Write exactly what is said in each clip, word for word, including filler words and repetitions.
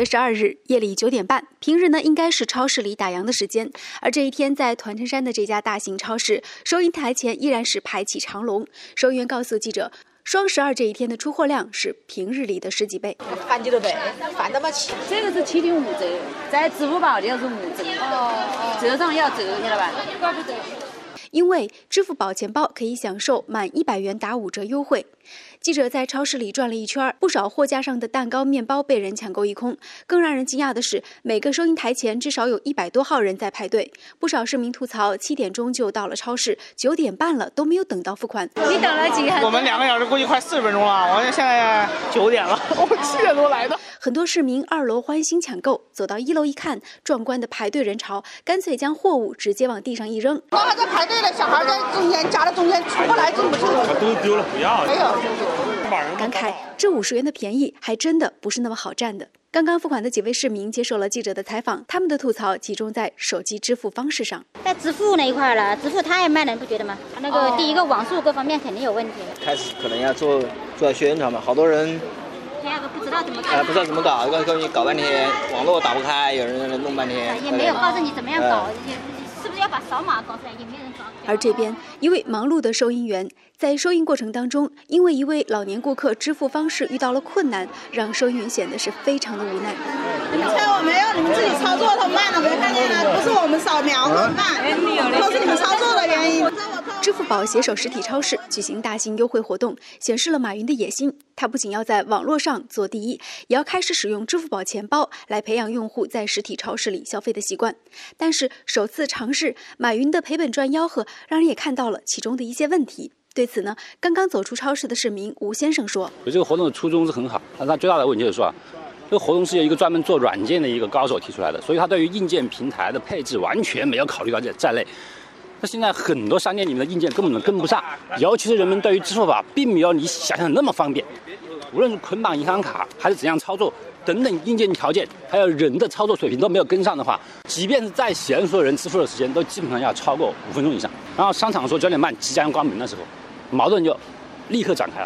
月十二日夜里九点半，平日呢应该是超市里打烊的时间，而这一天在团城山的这家大型超市，收银台前依然是排起长龙。收银员告诉记者，双十二这一天的出货量是平日里的十几倍。 反击了呗，反他妈起！ 这个是七点五折，在支付宝就是五折，哦，折上要折，晓得吧？怪不得。 因为支付宝钱包可以享受满一百元打五折优惠。记者在超市里转了一圈，不少货架上的蛋糕、面包被人抢购一空。更让人惊讶的是，每个收银台前至少有一百多号人在排队。不少市民吐槽，七点钟就到了超市，九点半了都没有等到付款。 你等了几？ 我们两个小时，估计快四十分钟了。我现在九点了，我七点多来的。 很多市民二楼欢欣抢购，走到一楼一看，壮观的排队人潮，干脆将货物直接往地上一扔。 我还在排队的小孩在中间夹在中间出不来进不去。 都丢了，不要。 没有。 感慨这五十元的便宜还真的不是那么好占的。刚刚付款的几位市民接受了记者的采访，他们的吐槽集中在手机支付方式上。 在支付那一块了，支付太慢了，你不觉得吗？那个第一个网速各方面肯定有问题。 开始可能要做做宣传嘛，好多人。 第二个不知道怎么搞， 哎，不知道怎么搞，告诉你搞半天，网络打不开，有人在那弄半天， 也没有告诉你怎么样搞，也是不是要把扫码搞出来，也没人搞。 而这边一位忙碌的收银员在收银过程当中，因为一位老年顾客支付方式遇到了困难，让收银员显得是非常的无奈。 你们猜我没有，你们自己操作它慢了，没看见了？不是我们扫描很慢，都是你们操作的原因。 支付宝携手实体超市举行大型优惠活动，显示了马云的野心。他不仅要在网络上做第一，也要开始使用支付宝钱包来培养用户在实体超市里消费的习惯。但是首次尝试，马云的赔本赚吆喝，让人也看到了其中的一些问题。对此呢，刚刚走出超市的市民吴先生说：“ 这个活动的初衷是很好，但它最大的问题就是说，这个活动是由一个专门做软件的一个高手提出来的，所以他对于硬件平台的配置完全没有考虑到这在内。那现在很多商店里面的硬件根本跟不上，尤其是人们对于支付宝并没有你想象的那么方便，无论是捆绑银行卡还是怎样操作等等硬件条件，还有人的操作水平都没有跟上的话，即便是再娴熟的人支付的时间都基本上要超过五分钟以上。然后商场说九点半即将关门的时候，矛盾就立刻展开了。”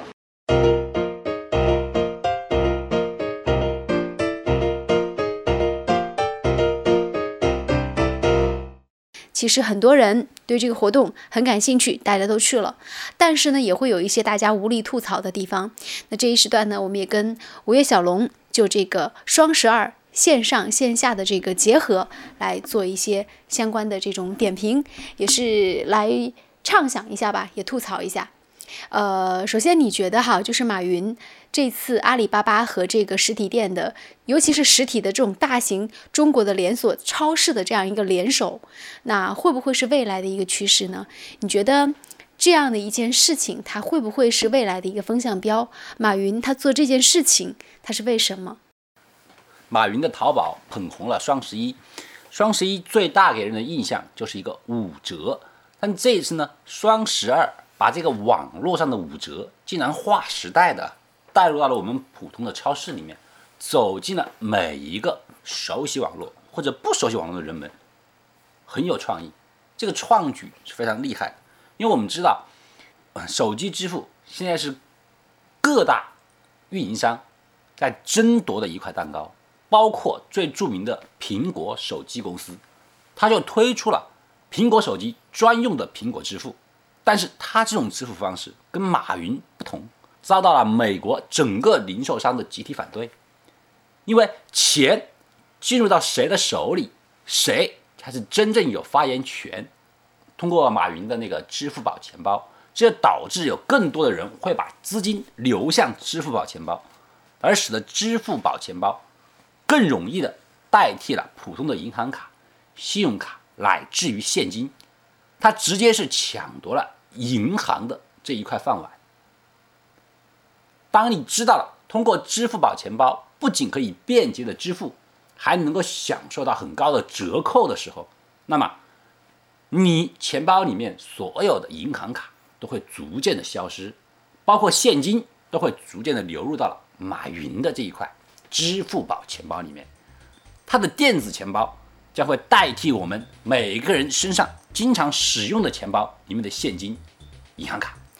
其实很多人对这个活动很感兴趣，大家都去了，但是呢，也会有一些大家无力吐槽的地方。那这一时段呢，我们也跟五月小龙就这个双十二线上线下的这个结合来做一些相关的这种点评，也是来畅想一下吧，也吐槽一下。呃，首先你觉得哈，就是马云这次阿里巴巴和这个实体店的，尤其是实体的这种大型中国的连锁超市的这样一个联手，那会不会是未来的一个趋势呢？你觉得这样的一件事情，它会不会是未来的一个风向标？马云他做这件事情，他是为什么？ 马云的淘宝捧红了双十一，双十一最大给人的印象就是一个五折，但这一次呢，双十二把这个网络上的五折竟然划时代的带入到了我们普通的超市里面，走进了每一个熟悉网络或者不熟悉网络的人们，很有创意。这个创举是非常厉害的，因为我们知道手机支付现在是各大运营商在争夺的一块蛋糕，包括最著名的苹果手机公司，它就推出了苹果手机专用的苹果支付。但是它这种支付方式跟马云不同，遭到了美国整个零售商的集体反对，因为钱进入到谁的手里，谁才是真正有发言权。通过马云的那个支付宝钱包，这导致有更多的人会把资金流向支付宝钱包，而使得支付宝钱包更容易的代替了普通的银行卡、信用卡乃至于现金，它直接是抢夺了银行的这一块饭碗。当你知道了通过支付宝钱包不仅可以便捷的支付，还能够享受到很高的折扣的时候，那么你钱包里面所有的银行卡都会逐渐的消失，包括现金都会逐渐的流入到了马云的这一块支付宝钱包里面。它的电子钱包将会代替我们每个人身上经常使用的钱包里面的现金、银行卡。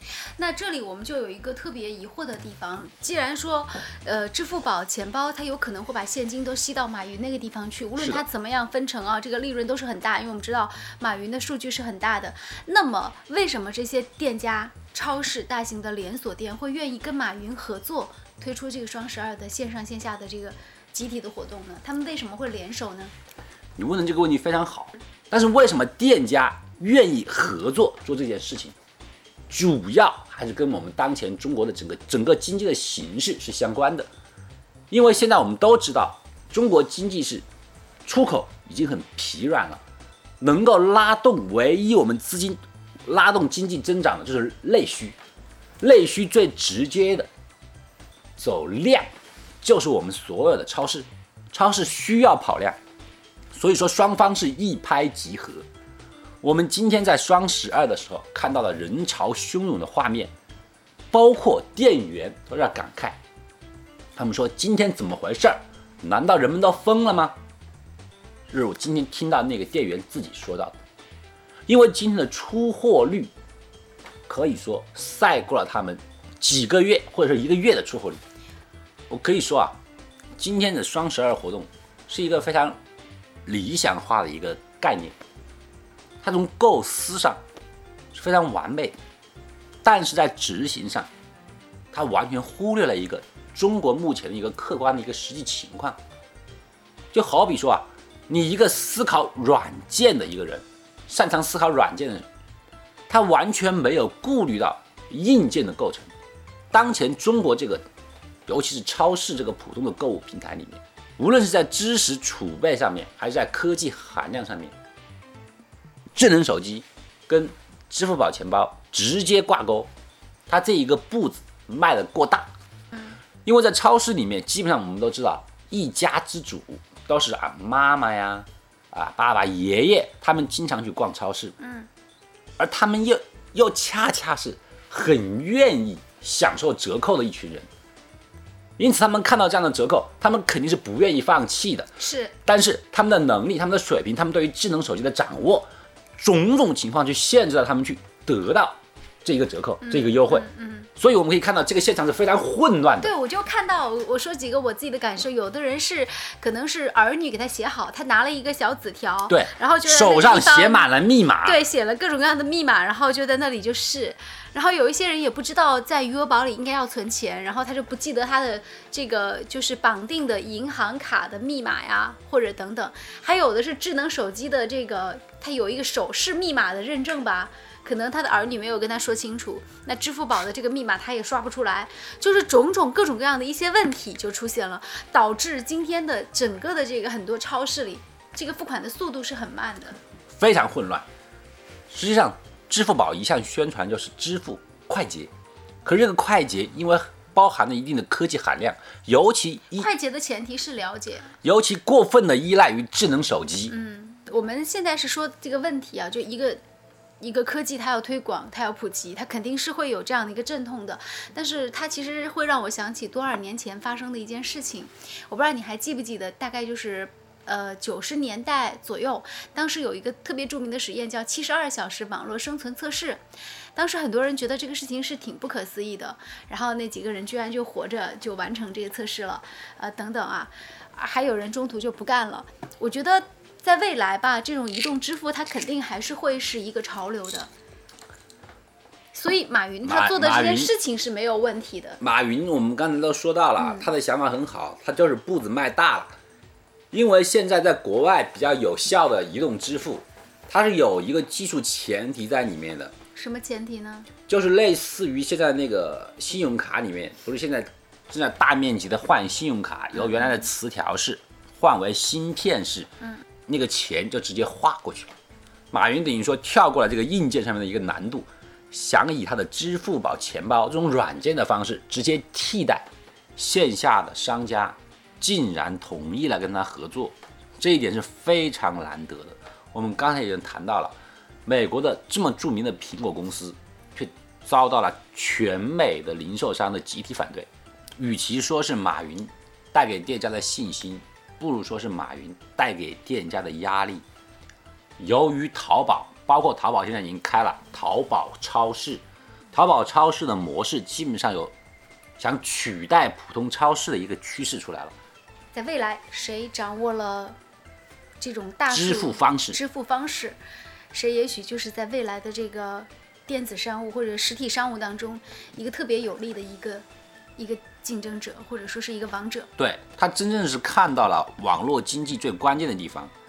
那这里我们就有一个特别疑惑的地方，既然说，呃，支付宝钱包它有可能会把现金都吸到马云那个地方去，无论它怎么样分成啊，这个利润都是很大，因为我们知道马云的数据是很大的。那么为什么这些店家、超市、大型的连锁店会愿意跟马云合作，推出这个双十二的线上线下的这个集体的活动呢？他们为什么会联手呢？ 你问的这个问题非常好，但是为什么店家愿意合作做这件事情？主要还是跟我们当前中国的整个整个经济的形势是相关的，因为现在我们都知道，中国经济是出口已经很疲软了，能够拉动唯一我们资金拉动经济增长的就是内需，内需最直接的走量，就是我们所有的超市，超市需要跑量，所以说双方是一拍即合。我们今天在双十二的时候看到了人潮汹涌的画面，包括店员都在感慨，他们说今天怎么回事？难道人们都疯了吗？这是我今天听到那个店员自己说到的，因为今天的出货率可以说赛过了他们几个月或者是一个月的出货率。我可以说啊，今天的双十二活动是一个非常理想化的一个概念。它从构思上是非常完美的，但是在执行上，它完全忽略了一个中国目前的一个客观的一个实际情况。就好比说啊，你一个思考软件的一个人，擅长思考软件的人，他完全没有顾虑到硬件的构成。当前中国这个，尤其是超市这个普通的购物平台里面，无论是在知识储备上面，还是在科技含量上面，智能手机跟支付宝钱包直接挂钩，它这一个步子迈得过大。因为在超市里面，基本上我们都知道，一家之主都是啊妈妈呀、啊爸爸、爷爷，他们经常去逛超市，嗯，而他们又又恰恰是很愿意享受折扣的一群人，因此他们看到这样的折扣，他们肯定是不愿意放弃的。 是， 但是他们的能力、他们的水平、他们对于智能手机的掌握，种种情况去限制了他们去得到这个折扣、嗯、这个优惠。嗯。嗯，所以我们可以看到这个现场是非常混乱的。 对，我就看到，我说几个我自己的感受，有的人是可能是儿女给他写好，他拿了一个小纸条， 对， 然后就手上写满了密码， 对，写了各种各样的密码，然后就在那里就是，然后有一些人也不知道在余额宝里应该要存钱，然后他就不记得他的这个就是绑定的银行卡的密码呀，或者等等，还有的是智能手机的这个，它有一个手势密码的认证吧。可能他的儿女没有跟他说清楚，那支付宝的这个密码他也刷不出来，就是种种各种各样的一些问题就出现了，导致今天的整个的这个很多超市里，这个付款的速度是很慢的， 非常混乱。实际上，支付宝一向宣传就是支付快捷，可是这个快捷因为包含了一定的科技含量，尤其快捷的前提是了解， 尤其过分的依赖于智能手机。 嗯，我们现在是说这个问题啊，就一个。一个科技它要推广，它要普及，它肯定是会有这样的一个阵痛的，但是它其实会让我想起多少年前发生的一件事情，我不知道你还记不记得，大概就是呃九十年代左右，当时有一个特别著名的实验叫七十二小时网络生存测试，当时很多人觉得这个事情是挺不可思议的，然后那几个人居然就活着就完成这个测试了，呃等等啊，还有人中途就不干了，我觉得在未来吧，这种移动支付它肯定还是会是一个潮流的，所以马云他做的这件事情是没有问题的。 马云我们刚才都说到了，嗯、他的想法很好，他就是步子迈大了。因为现在在国外比较有效的移动支付，它是有一个技术前提在里面的。 什么前提呢？ 就是类似于现在那个信用卡里面，不是现在正在大面积的换信用卡，由原来的磁条式换为芯片式。嗯。那个钱就直接划过去了，马云等于说跳过了这个硬件上面的一个难度，想以他的支付宝钱包这种软件的方式直接替代线下的商家，竟然同意了跟他合作，这一点是非常难得的。我们刚才已经谈到了，美国的这么著名的苹果公司却遭到了全美的零售商的集体反对，与其说是马云带给店家的信心，不如说是马云带给店家的压力。由于淘宝，包括淘宝现在已经开了淘宝超市， 淘宝超市的模式基本上有想取代普通超市的一个趋势出来了。 在未来，谁掌握了这种大数支付方式， 支付方式，谁也许就是在未来的这个电子商务或者实体商务当中一个特别有力的一个一个竞争者，或者说是一个王者。 对，他真正是看到了网络经济最关键的地方，